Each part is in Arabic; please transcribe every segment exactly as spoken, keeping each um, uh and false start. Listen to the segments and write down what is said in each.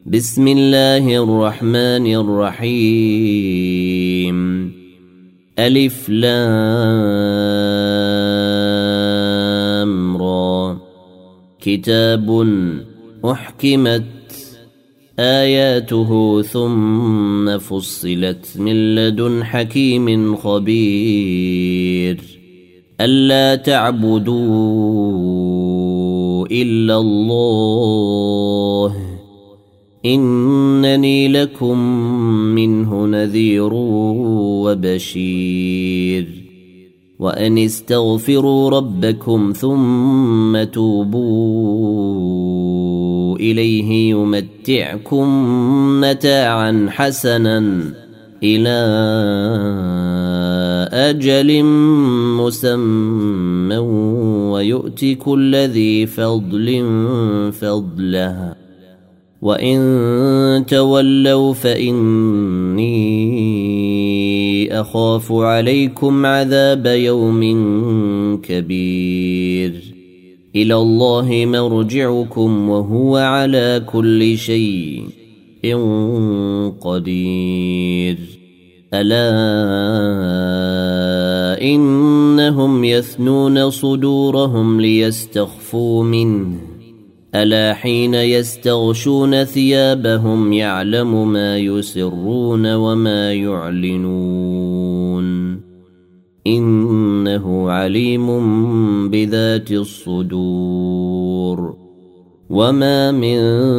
بسم الله الرحمن الرحيم ألف لام را كتاب أحكمت آياته ثم فصلت من لدن حكيم خبير ألا تعبدوا إلا الله إنني لكم منه نذير وبشير وأن استغفروا ربكم ثم توبوا إليه يمتعكم متاعا حسنا إلى أجل مسمى ويؤتي كل ذي فضل فضله وإن تولوا فإني أخاف عليكم عذاب يوم كبير إلى الله مرجعكم وهو على كل شيء قدير ألا إنهم يثنون صدورهم ليستخفوا منه ألا حين يستغشون ثيابهم يعلم ما يسرون وما يعلنون إنه عليم بذات الصدور وما من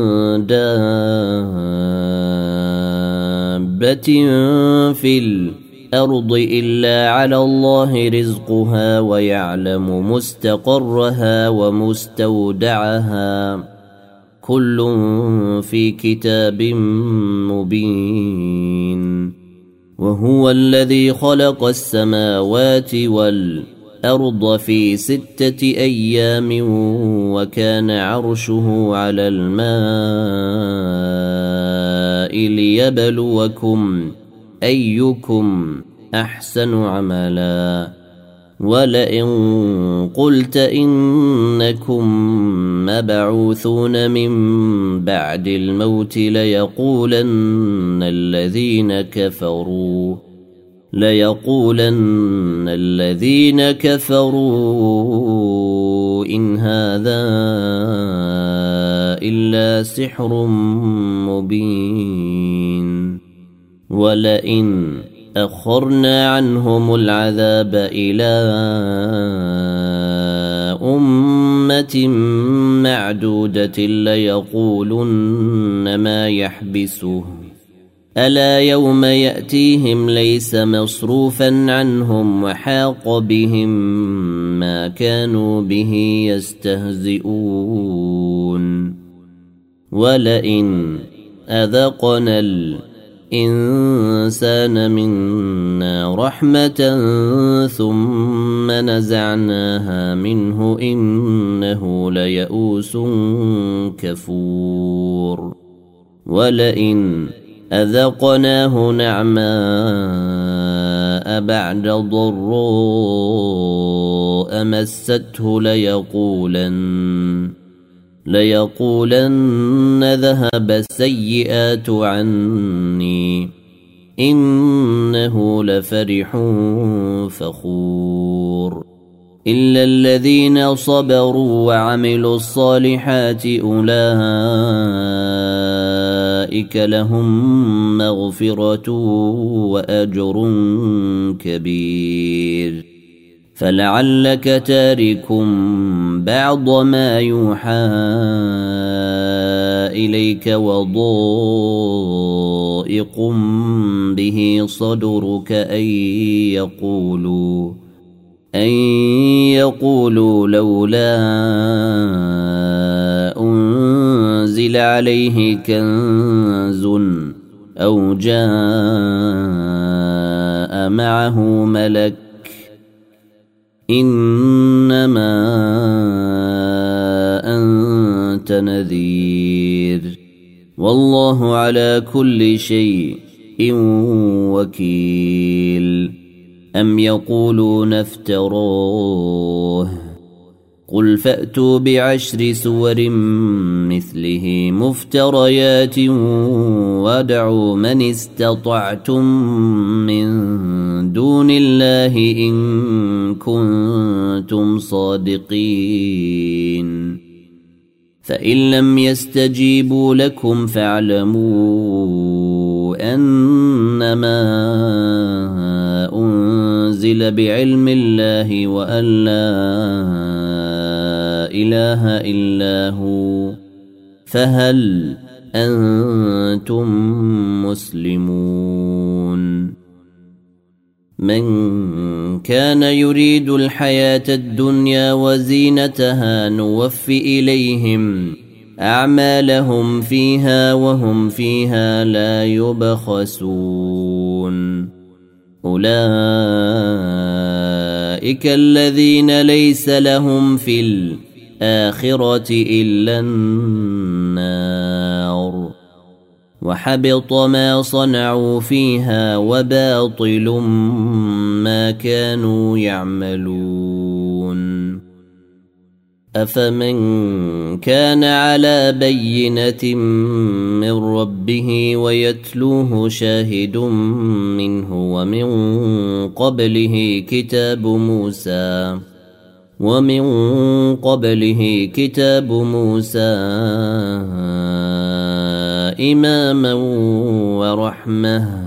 دابة في الأرض إلا على الله رزقها ويعلم مستقرها ومستودعها كل في كتاب مبين وهو الذي خلق السماوات والأرض في ستة أيام وكان عرشه على الماء ليبلوكم أيكم أحسن عملا ولئن قلت إنكم مبعوثون من بعد الموت ليقولن الذين كفروا ليقولن الذين كفروا إن هذا إلا سحر مبين ولئن أخرنا عنهم العذاب إلى أمة معدودة ليقولن ما يحبسه ألا يوم يأتيهم ليس مصروفا عنهم وحاق بهم ما كانوا به يستهزئون ولئن أذقنا الإنسان منا رحمة ثم نزعناها منه إنه ليئوس كفور ولئن أذقناه نعماء بعد ضراء مسته ليقولن ليقولن ذهب السيئات عني إنه لفرح فخور إلا الذين صبروا وعملوا الصالحات أولئك لهم مغفرة وأجر كبير فلعلك تارك بعض ما يوحى إليك وضائق به صدرك أن يقولوا أن يقولوا لولا أنزل عليه كنز أو جاء معه ملك إنما أنت نذير والله على كل شيء وكيل أم يقولون افتروه قل فأتوا بعشر سور مثله مفتريات وادعوا من استطعتم من دون الله إن كنتم صادقين فإن لم يستجيبوا لكم فاعلموا أنما أنزل بعلم الله وأن لا إله إلا هو فهل أنتم مسلمون من كان يريد الحياة الدنيا وزينتها نوفي إليهم أعمالهم فيها وهم فيها لا يبخسون أولئك الذين ليس لهم في الآخرة إلا النار وحبط ما صنعوا فيها وباطل ما كانوا يعملون أفمن كان على بينة من ربه ويتلوه شاهد منه ومن قبله كتاب موسى ومن قبله كتاب موسى إماما ورحمة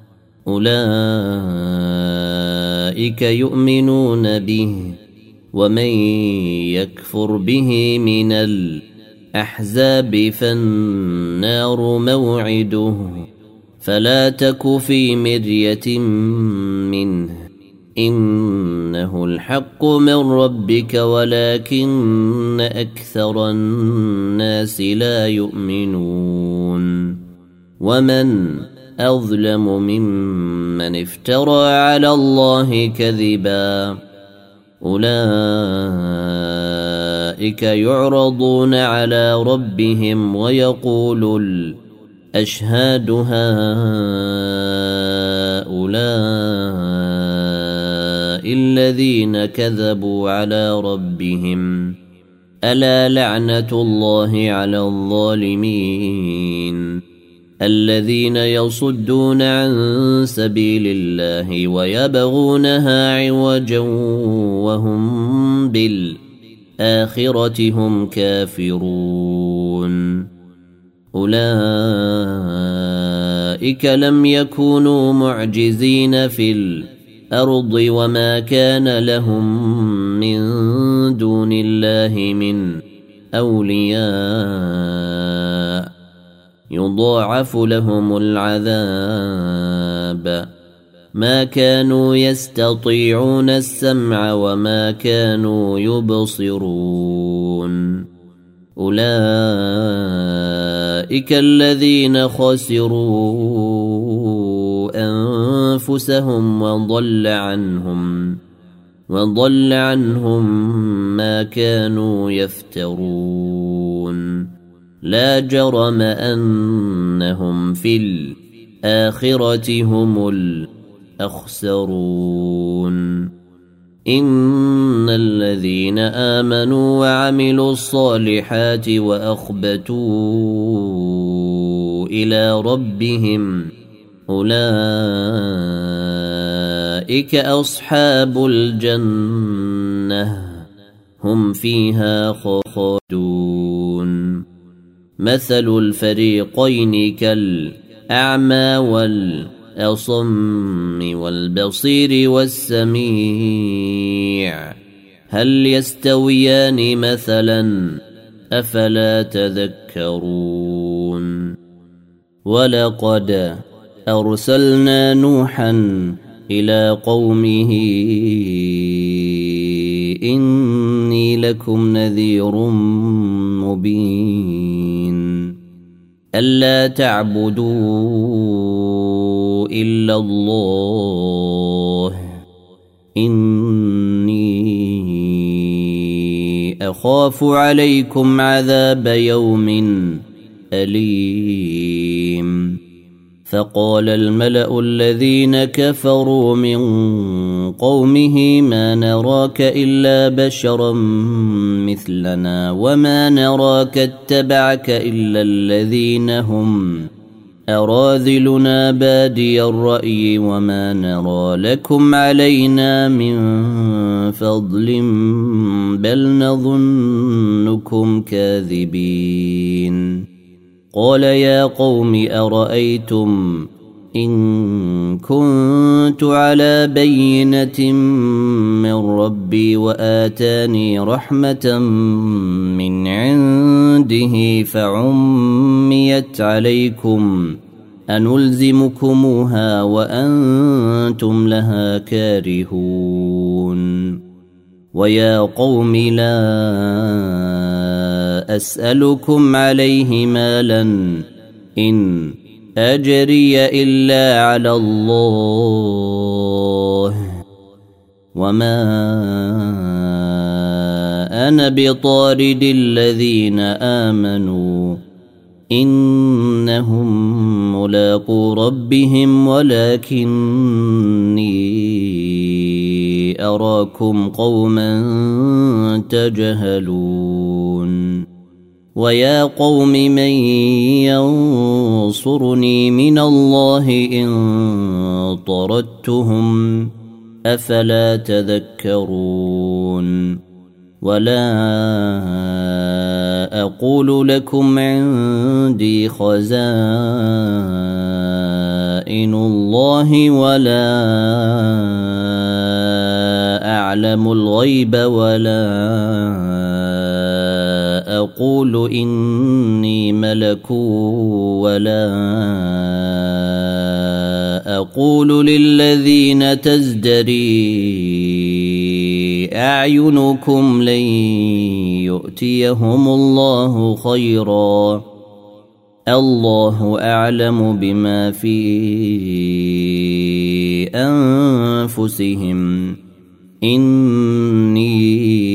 أولئك يؤمنون به ومن يكفر به من الأحزاب فالنار موعده فلا تك في مرية منه إنه الحق من ربك ولكن أكثر الناس لا يؤمنون ومن أظلم ممن افترى على الله كذبا أولئك يعرضون على ربهم ويقول الأشهاد هؤلاء الذين كذبوا على ربهم ألا لعنة الله على الظالمين الذين يصدون عن سبيل الله ويبغونها عوجا وهم بالآخرة هم كافرون أولئك لم يكونوا معجزين في الأرض وما كان لهم من دون الله من أولياء يضاعف لهم العذاب ما كانوا يستطيعون السمع وما كانوا يبصرون أولئك الذين خسروا أنفسهم وضل عنهم وضل عنهم ما كانوا يفترون لا جرم أنهم في الآخرة هم الأخسرون إن الذين آمنوا وعملوا الصالحات وأخبتوا إلى ربهم أولئك أصحاب الجنة هم فيها خالدون مثل الفريقين كالأعمى والأصم والبصير والسميع هل يستويان مثلا أفلا تذكرون ولقد أرسلنا نوحا إلى قومه إني لكم نذير مبين ألا تعبدوا إلا الله إني أخاف عليكم عذاب يوم أليم فقال الملأ الذين كفروا من قومه ما نراك إلا بشرا مثلنا وما نراك اتبعك إلا الذين هم أراذلنا بادي الرأي وما نرى لكم علينا من فضل بل نظنكم كاذبين. قال يا قوم أرأيتم إن كنت على بينة من ربي وآتاني رحمة من عنده فعميت عليكم أنلزمكموها وأنتم لها كارهون. ويا قوم لا أسألكم عليه مالا إن أجري إلا على الله وما أنا بطارد الذين آمنوا إنهم ملاقو ربهم ولكني أراكم قوما تجهلون. ويا قوم من ينصرني من الله إن طردتهم أفلا تذكرون. ولا أقول لكم عندي خزائن الله ولا أعلم الغيب ولا أقول إني ملك ولا أقول للذين تزدري أعينكم لن يؤتيهم الله خيرا الله أعلم بما في أنفسهم إني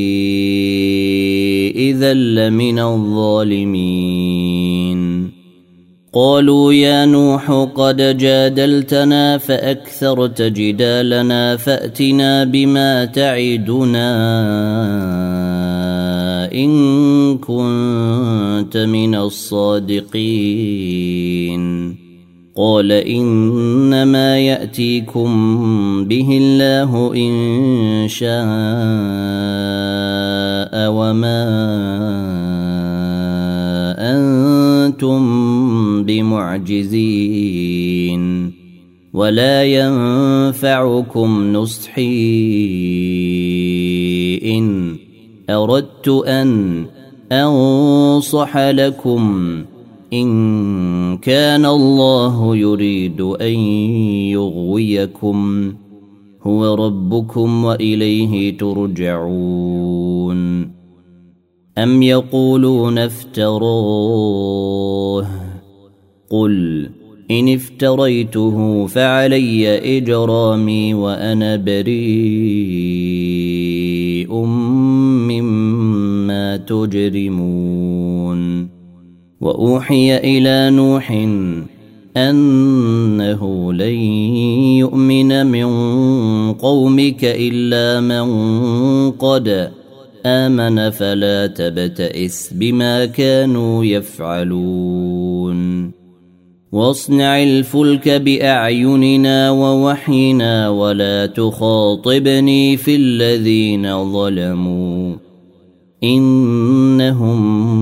إذا لمن الظالمين. قالوا يا نوح قد جادلتنا فأكثرت جدالنا فأتنا بما تعدنا إن كنت من الصادقين. قال إنما يأتيكم به الله إن شاء وما أنتم بمعجزين ولا ينفعكم نصحي إن أردت أن أنصح لكم إن كان الله يريد أن يغويكم هو ربكم وإليه ترجعون. أم يقولون افتراه قل إن افتريته فعلي إجرامي وأنا بريء مما تجرمون. وأوحي إلى نوح أنه لن يؤمن من قومك إلا من قد آمن فلا تبتئس بما كانوا يفعلون. واصنع الفلك بأعيننا ووحينا ولا تخاطبني في الذين ظلموا إنهم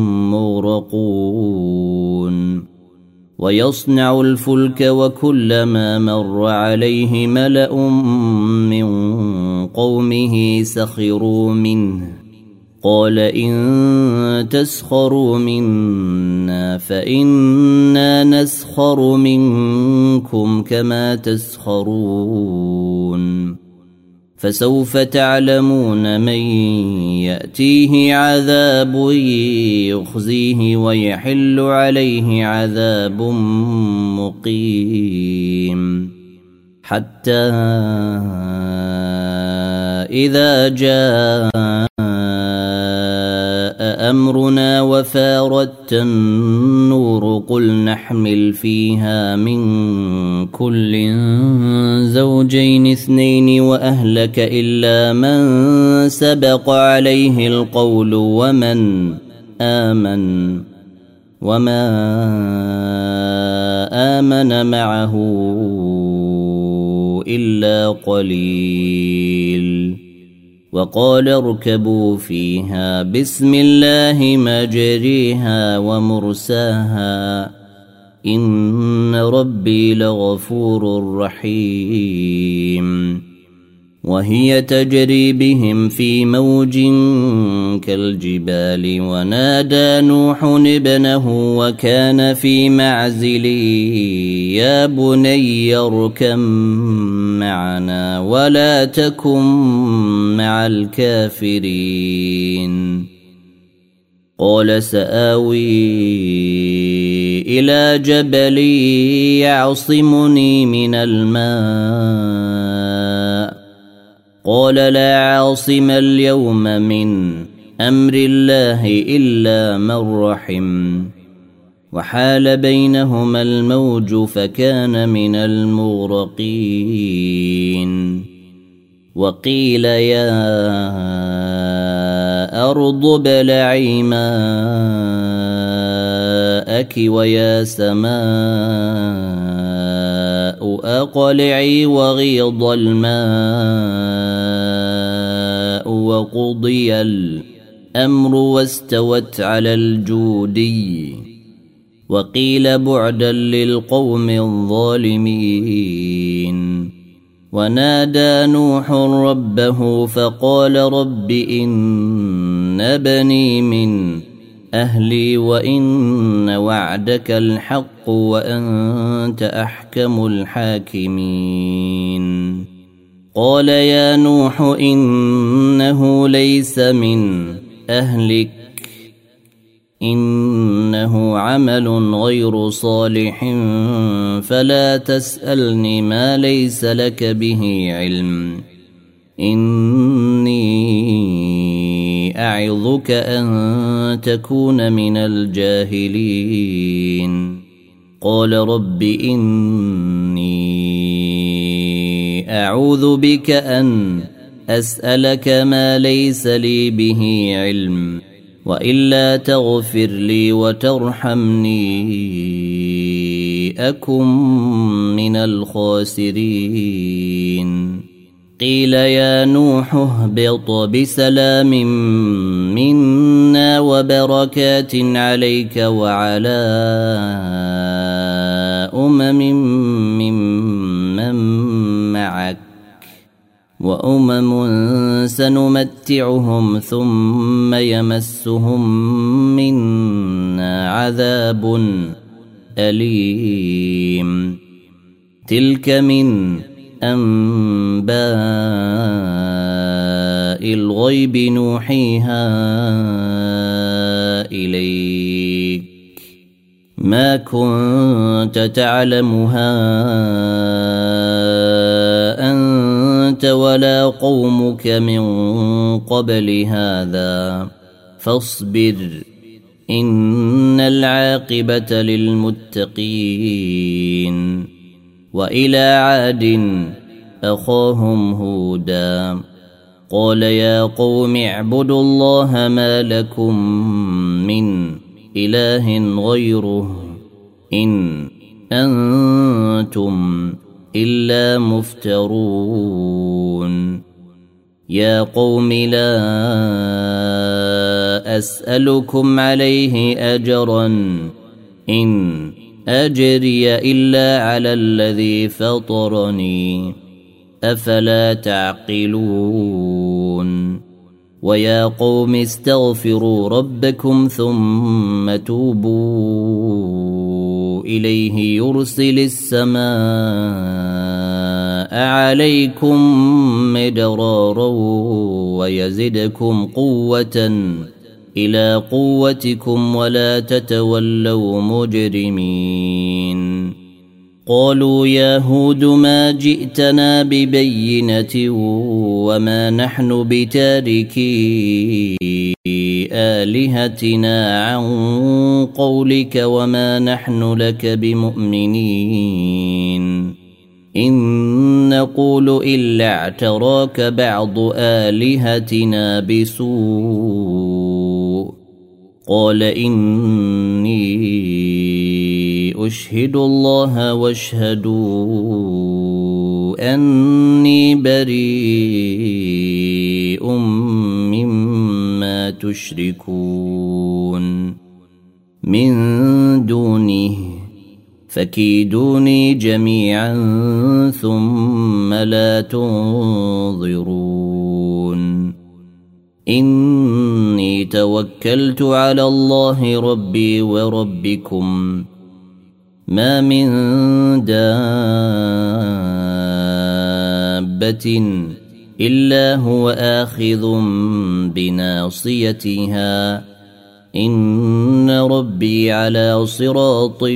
مغرقون. ويصنع الفلك وكلما مر عليه ملأ من قومه سخروا منه قال إن تسخروا منا فإنا نسخر منكم كما تسخرون. فسوف تعلمون من يأتيه عذاب يخزيه ويحل عليه عذاب مقيم. حتى إذا جاء أمرنا وفاردت النور قل نحمل فيها من كل زوجين اثنين وأهلك إلا من سبق عليه القول ومن آمن وما آمن معه إلا قليل وقال اركبوا فيها بسم الله مجريها ومرساها إن ربي لغفور رحيم وهي تجري بهم في موج كالجبال ونادى نوح ابنه وكان في معزل يا بني اركب معنا ولا تكن مع الكافرين قال سآوي إلى جبل يعصمني من الماء قال لا عاصم اليوم من أمر الله إلا من رحم وحال بينهما الموج فكان من المغرقين وقيل يا أرض ابلعي ماءك ويا سماء أقلعي وغيض الماء وقضي الأمر واستوت على الجودي وقيل بعدا للقوم الظالمين ونادى نوح ربه فقال رب إن بني من أهلي وإن وعدك الحق وأنت أحكم الحاكمين قال يا نوح إنه ليس من أهلك إنه عمل غير صالح فلا تسألني ما ليس لك به علم إني أعظك أن تكون من الجاهلين قال رب إني أعوذ بك أن أسألك ما ليس لي به علم وإلا تغفر لي وترحمني أكن من الخاسرين قيل يا نوح اهبط بسلام منا وبركات عليك وعلى أمم ممن معك وأمم سنمتعهم ثم يمسهم منا عذاب أليم تلك من أنباء الغيب نوحيها إليك ما كنت تعلمها أنت ولا قومك من قبل هذا فاصبر إن العاقبة للمتقين وإلى عاد أخاهم هودا قال يا قوم اعبدوا الله ما لكم من إله غيره إن أنتم إلا مفترون يا قوم لا أسألكم عليه أجرا إن أجري إلا على الذي فطرني أفلا تعقلون ويا قوم استغفروا ربكم ثم توبوا إليه يرسل السماء عليكم مدرارا ويزدكم قوة إلى قوتكم ولا تتولوا مجرمين قالوا يا هود ما جئتنا ببينة وما نحن بتاركي بآلهتنا عن قولك وما نحن لك بمؤمنين إن نقول إلا اعتراك بعض آلهتنا بسوء قال إني أشهد الله واشهدوا أني بريء مما تشركون من دونه فكيدوني جميعا ثم لا تنظرون إني توكلت على الله ربي وربكم ما من دابة إلا هو آخذ بناصيتها إن ربي على صراط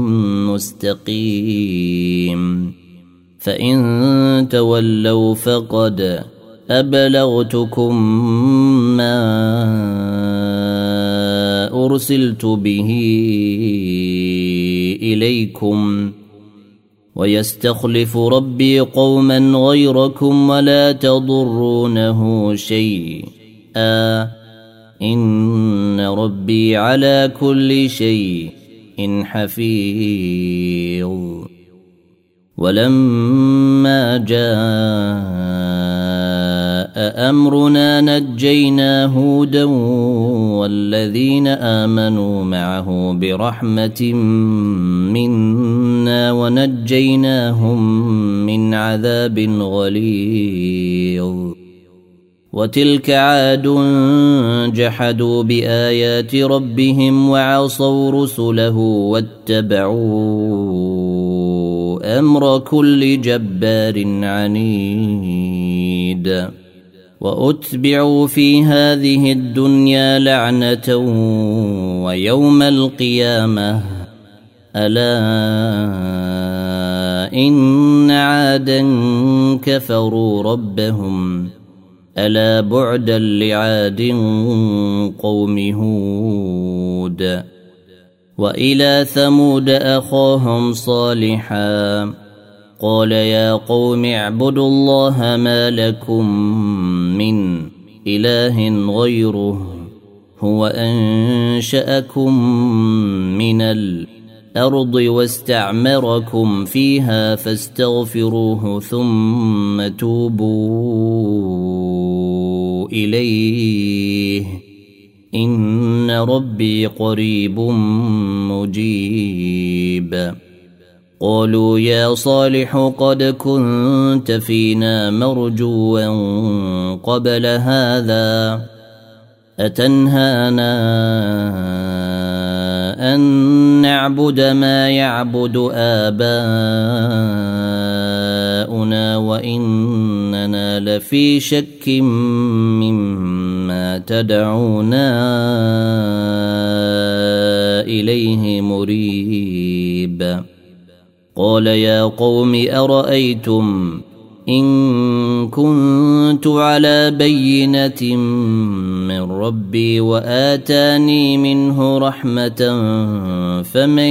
مستقيم فإن تولوا فقد أبلغتكم ما أرسلت به إليكم ويستخلف ربي قوما غيركم ولا تضرونه شيئا إن ربي على كل شيء حفيظ ولما جاء أمرنا نجينا هودا والذين آمنوا معه برحمة منا ونجيناهم من عذاب غليظ وتلك عاد جحدوا بآيات ربهم وعصوا رسله واتبعوا أمر كل جبار عنيد وأتبعوا في هذه الدنيا لعنة ويوم القيامة ألا إن عادا كفروا ربهم ألا بعدا لعاد قوم هود وإلى ثمود أخاهم صالحا قال يا قوم اعبدوا الله ما لكم من إله غيره هو أنشأكم من الأرض واستعمركم فيها فاستغفروه ثم توبوا إليه إن ربي قريب مجيب قالوا يا صالح قد كنت فينا مرجوا قبل هذا أتنهانا أن نعبد ما يعبد آباؤنا وإننا لفي شك مما تدعونا إليه مريب قال يا قوم أرأيتم إن كنت على بينة من ربي وآتاني منه رحمة فمن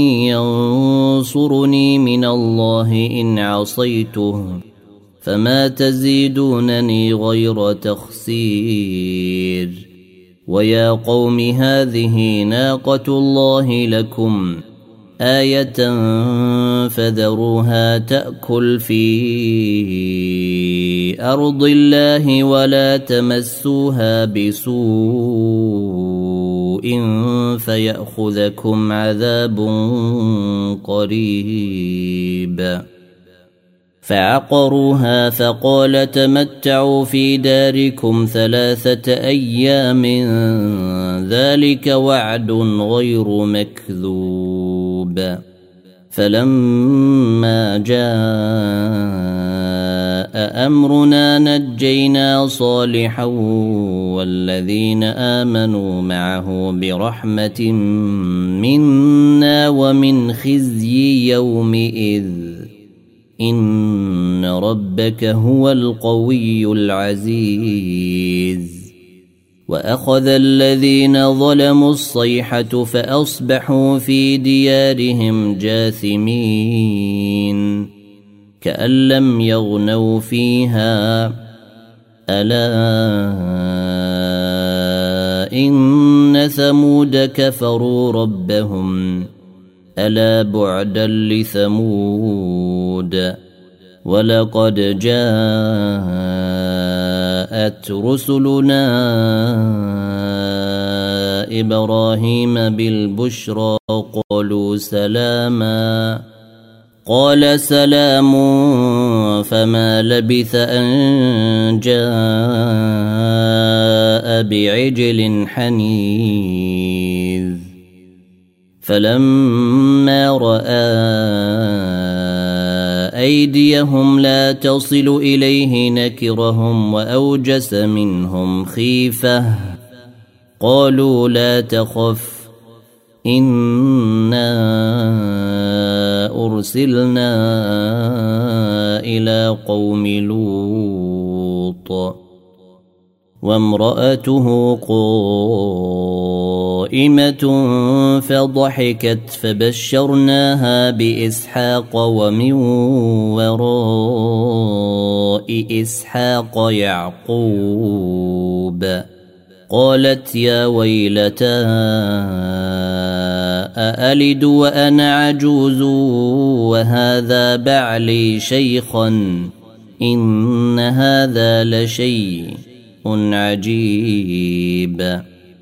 ينصرني من الله إن عصيته فما تزيدونني غير تخسير ويا قوم هذه ناقة الله لكم آية فذروها تأكل في أرض الله ولا تمسوها بسوء فيأخذكم عذاب قريب فعقروها فقال تمتعوا في داركم ثلاثة أيام ذلك وعد غير مكذوب فلما جاء أمرنا نجينا صالحا والذين آمنوا معه برحمة منا ومن خزي يومئذ إن ربك هو القوي العزيز وأخذ الذين ظلموا الصيحة فأصبحوا في ديارهم جاثمين كأن لم يغنوا فيها ألا إن ثمود كفروا ربهم ألا بعدا لثمود ولقد جاءت رسلنا إبراهيم بالبشرى قالوا سلاما قال سلام فما لبث أن جاء بعجل حنيذ فلما رأى أيديهم لا تصل إليه نكرهم وأوجس منهم خيفة قالوا لا تخف إنا أرسلنا إلى قوم لوط وامرأته قائمة فضحكت فبشرناها بإسحاق ومن وراء إسحاق يعقوب قالت يا ويلتى أألد وأنا عجوز وهذا بعلي شيخا إن هذا لشيء عجيب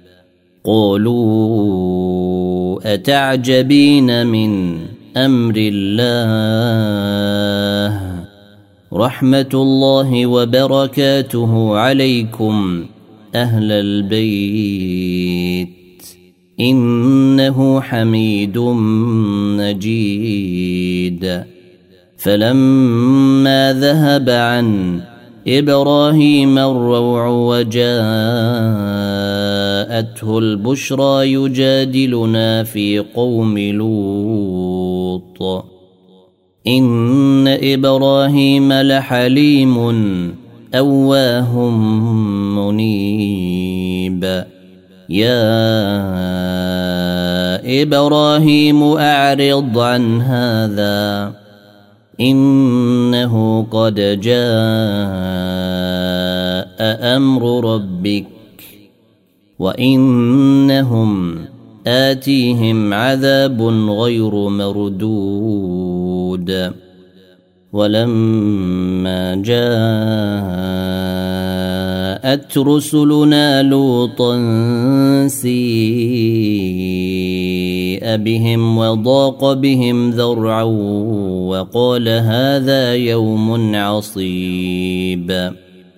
قالوا أتعجبين من أمر الله رحمة الله وبركاته عليكم أهل البيت إنه حميد مجيد فلما ذهب عن إبراهيم الروع وجاءته البشرى يجادلنا في قوم لوط إن إبراهيم لحليم أواه منيب يا إبراهيم أعرض عن هذا إنه قد جاء أمر ربك وإنهم آتيهم عذاب غير مردود ولما جاءت رسلنا لوطا سيء بهم وضاق بهم ذرعا وقال هذا يوم عصيب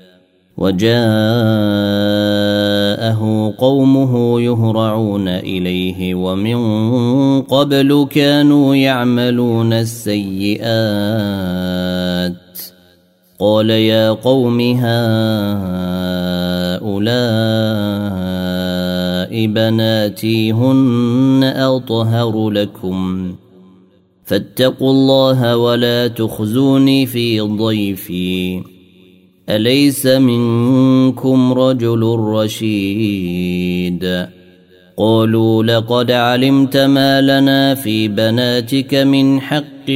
وجاءه قومه يهرعون إليه ومن قبل كانوا يعملون السيئات قال يا قوم هؤلاء بناتي هن أطهر لكم فاتقوا الله ولا تخزوني في ضيفي أليس منكم رجل رشيد قالوا لقد علمت ما لنا في بناتك من حق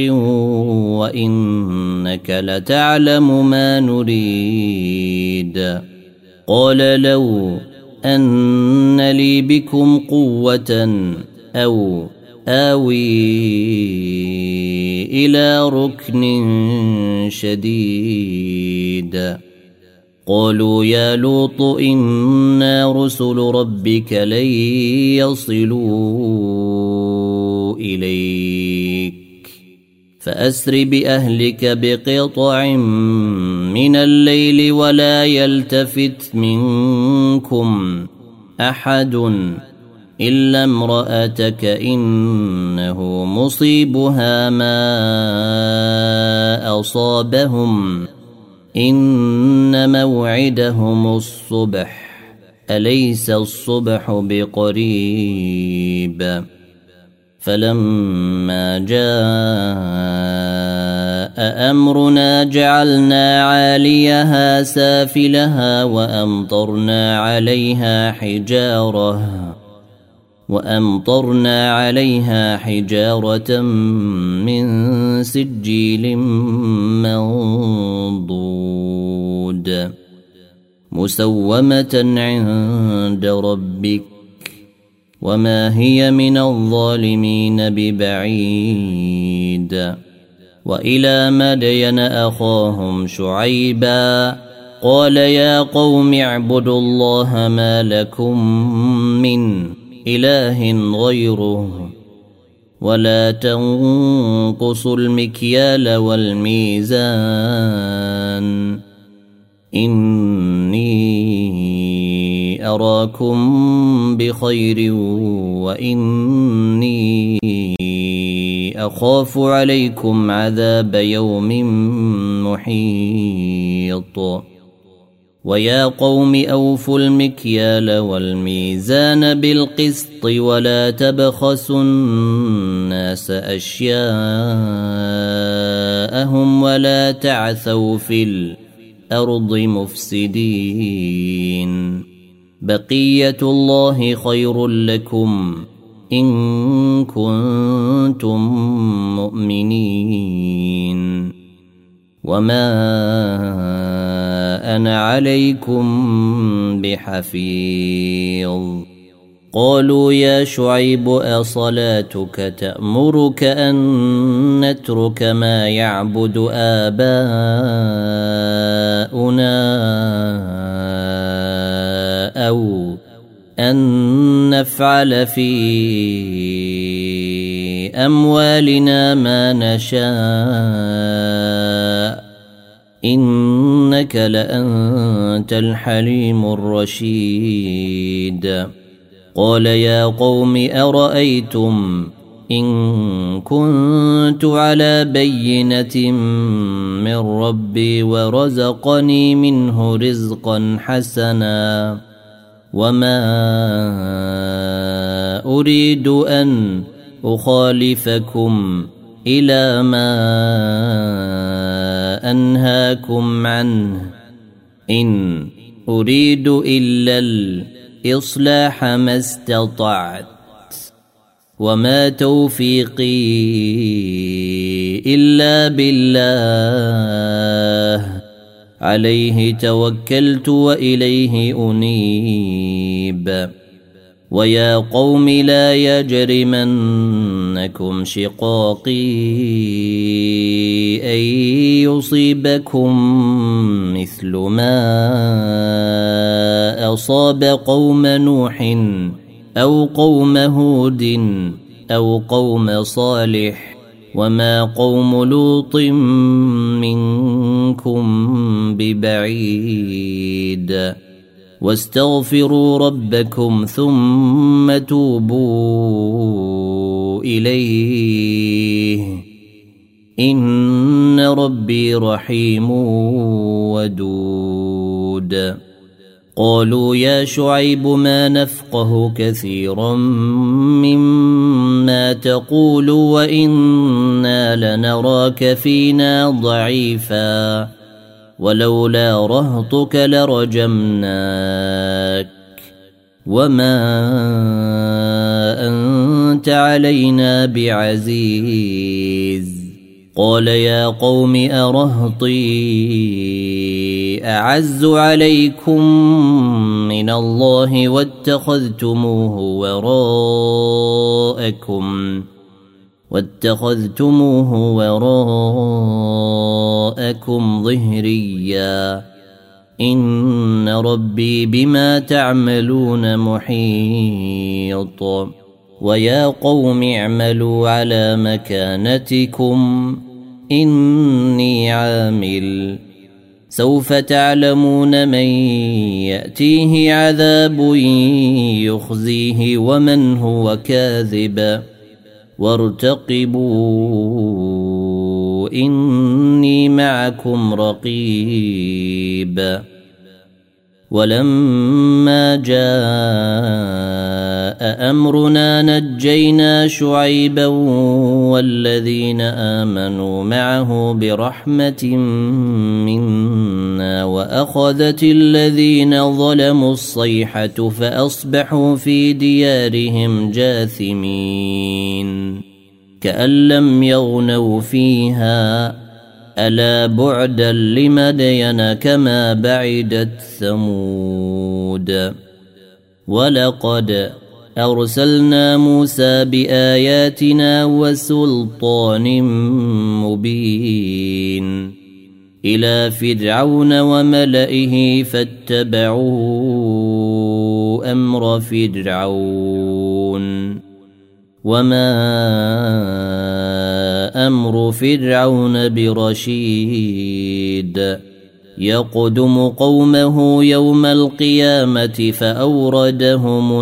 وإنك لتعلم ما نريد قال لو أن لي بكم قوة أو آوي إلى ركن شديد قالوا يا لوط إنا رسل ربك لن يصلوا إليك فأسر بأهلك بقطع من الليل ولا يلتفت منكم أحد إلا امرأتك إنه مصيبها ما أصابهم إن موعدهم الصبح أليس الصبح بقريب فلما جاء أأمرنا جعلنا عاليها سافلها وأمطرنا عليها حجارة وأمطرنا عليها حجارة من سجيل منضود مسومة عند ربك وما هي من الظالمين ببعيد. وإلى مدين أخاهم شعيبا قال يا قوم اعبدوا الله ما لكم من إله غيره ولا تنقصوا المكيال والميزان إني أراكم بخير وإني أخاف عليكم عذاب يوم محيط. ويا قوم أوفوا المكيال والميزان بالقسط ولا تبخسوا الناس أشياءهم ولا تعثوا في الأرض مفسدين. بقية الله خير لكم إن كنتم مؤمنين وما أنا عليكم بحفيظ. قالوا يا شعيب أصلاتك تأمرك أن نترك ما يعبد آباؤنا أو أن نفعل في أموالنا ما نشاء إنك لأنت الحليم الرشيد. قال يا قوم أرأيتم إن كنت على بينة من ربي ورزقني منه رزقا حسنا وما أريد أن أخالفكم إلى ما أنهاكم عنه إن أريد إلا الإصلاح ما استطعت وما توفيقي إلا بالله عليه توكلت وإليه أنيب. ويا قوم لا يجرمنكم شقاقي أن يصيبكم مثل ما أصاب قوم نوح أو قوم هود أو قوم صالح وما قوم لوط منكم ببعيد. واستغفروا ربكم ثم توبوا إليه إن ربي رحيم ودود. قالوا يا شعيب ما نفقه كثيرا مما تقول وإنا لنراك فينا ضعيفا ولولا رهطك لرجمناك وما أنت علينا بعزيز. قال يا قوم أرهطي أعز عليكم من الله واتخذتموه وراءكم واتخذتموه وراءكم ظهريا إن ربي بما تعملون محيط. ويا قوم اعملوا على مكانتكم إني عامل سوف تعلمون من يأتيه عذاب يخزيه ومن هو كاذب وارتقبوا إني معكم رقيب. ولما جاء أمرنا نجينا شعيبا والذين آمنوا معه برحمة منا وأخذت الذين ظلموا الصيحة فأصبحوا في ديارهم جاثمين كأن لم يغنوا فيها ألا بعدا لمدين كما بعدت ثمود ولقد أرسلنا موسى بآياتنا وسلطان مبين إلى فرعون وملئه فاتبعوا أمر فرعون وما أمر فرعون برشيد يقدم قومه يوم القيامة فأوردهم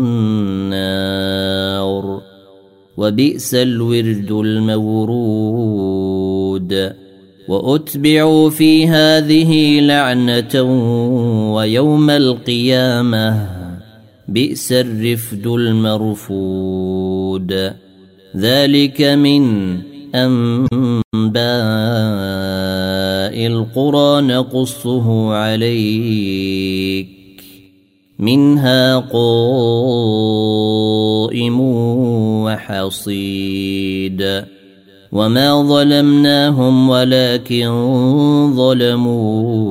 النار وبئس الورد المورود وأتبعوا في هذه لعنة ويوم القيامة بئس الرفد المرفود ذلك من أنباء القرى نقصه عليك منها قائم وحصيد وما ظلمناهم ولكن ظلموا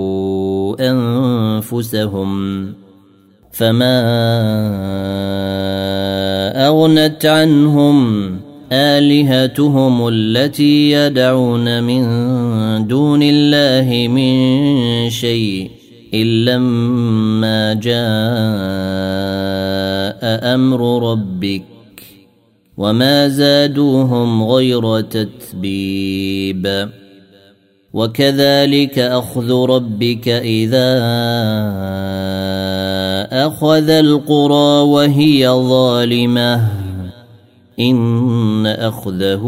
أنفسهم فما أغنت عنهم آلهتهم التي يدعون من دون الله من شيء إلا ما جاء أمر ربك وما زادوهم غير تتبيب وكذلك أخذ ربك إذا أخذ القرى وهي ظالمة إن أخذه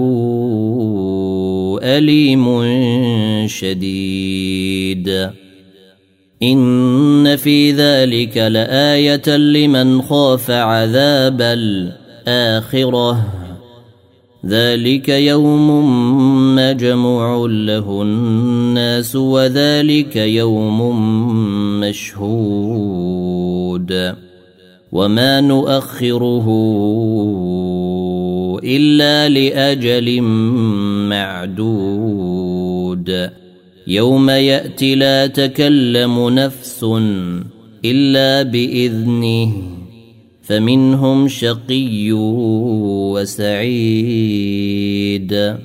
أليم شديد إن في ذلك لآية لمن خاف عذاب الآخرة ذلك يوم مجموع له الناس وذلك يوم مشهود وما نؤخره إلا لأجل معدود يوم يأتي لا تكلم نفس إلا بإذنه فمنهم شقي وسعيد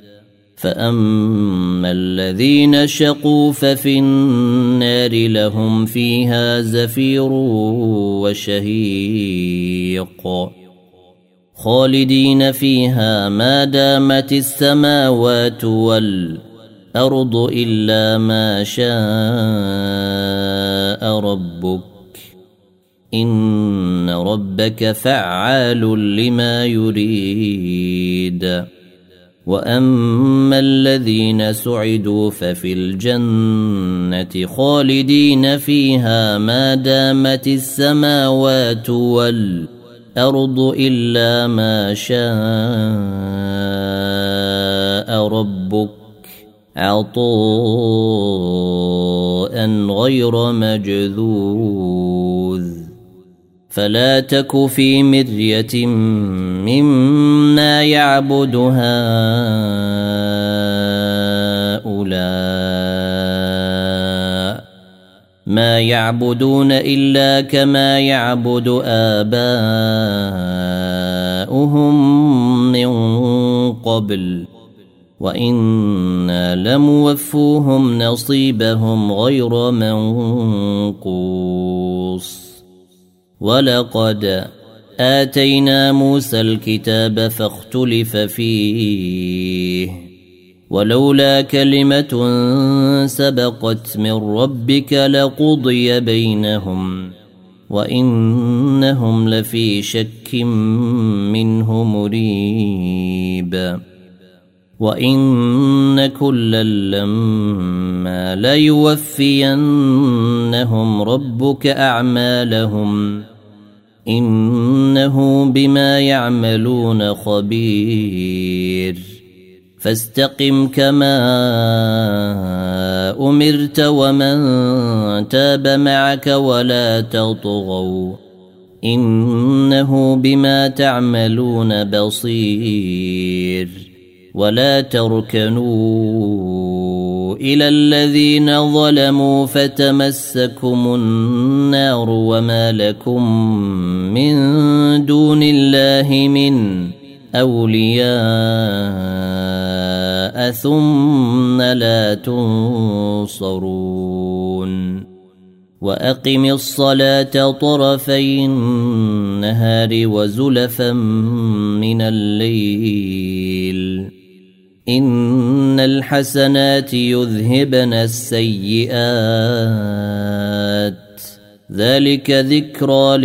فأما الذين شقوا ففي النار لهم فيها زفير وشهيق خالدين فيها ما دامت السماوات والأرض إلا ما شاء ربك إن ربك فعال لما يريد وأما الذين سعدوا ففي الجنة خالدين فيها ما دامت السماوات والأرض إلا ما شاء ربك عطاء غير مجذوذ فلا تك في مرية مما يعبد هؤلاء ما يعبدون إلا كما يعبد آباؤهم من قبل وإنا لموفوهم نصيبهم غير منقوص ولقد آتينا موسى الكتاب فاختلف فيه ولولا كلمة سبقت من ربك لقضي بينهم وإنهم لفي شك منه مريب وإن كلا لما ليوفينهم ربك أعمالهم إنه بما يعملون خبير فاستقم كما أمرت ومن تاب معك ولا تطغوا إنه بما تعملون بصير ولا تركنوا إلى الذين ظلموا فتمسكم النار وما لكم من دون الله من أولياء ثم لا تنصرون وأقم الصلاة طرفي النهار وزلفا من الليل إن الحسنات يذهبن السيئات ذلك ذكرى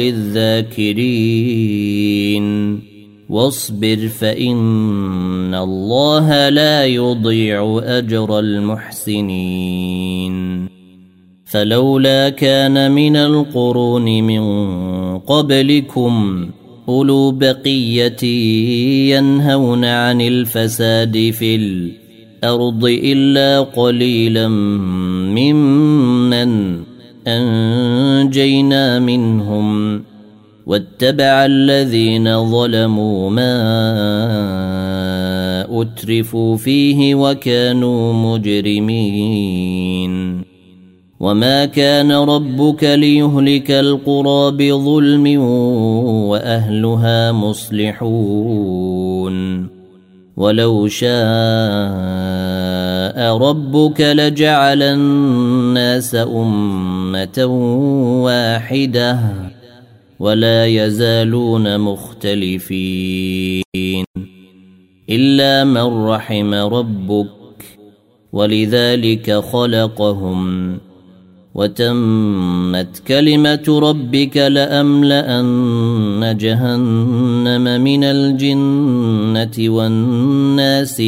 للذاكرين واصبر فإن الله لا يضيع أجر المحسنين فلولا كان من القرون من قبلكم أولو بقية ينهون عن الفساد في الأرض إلا قليلا ممن أنجينا منهم واتبع الذين ظلموا ما أترفوا فيه وكانوا مجرمين وما كان ربك ليهلك القرى بظلم وأهلها مصلحون ولو شاء ربك لجعل الناس أمة واحدة ولا يزالون مختلفين إلا من رحم ربك ولذلك خلقهم وتمت كلمة ربك لأملأن جهنم من الجنة والناس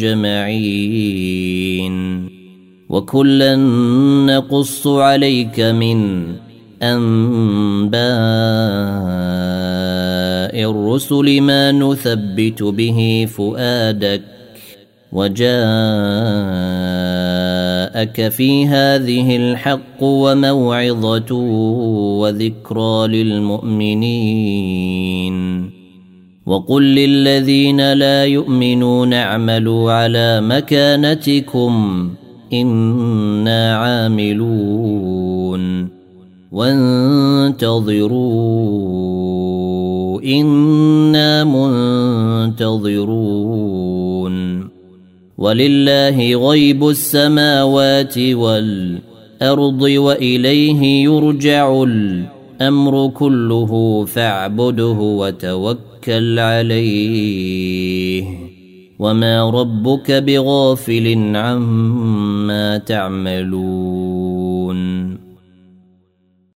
أجمعين وكلا نقص عليك من أنباء الرسل ما نثبت به فؤادك وجاءك في هذه الحق وموعظة وذكرى للمؤمنين وقل للذين لا يؤمنون اعملوا على مكانتكم إنا عاملون وانتظروا إنا منتظرون ولله غيب السماوات والأرض وإليه يرجع الأمر كله فاعبده وتوكل عليه وما ربك بغافل عما تعملون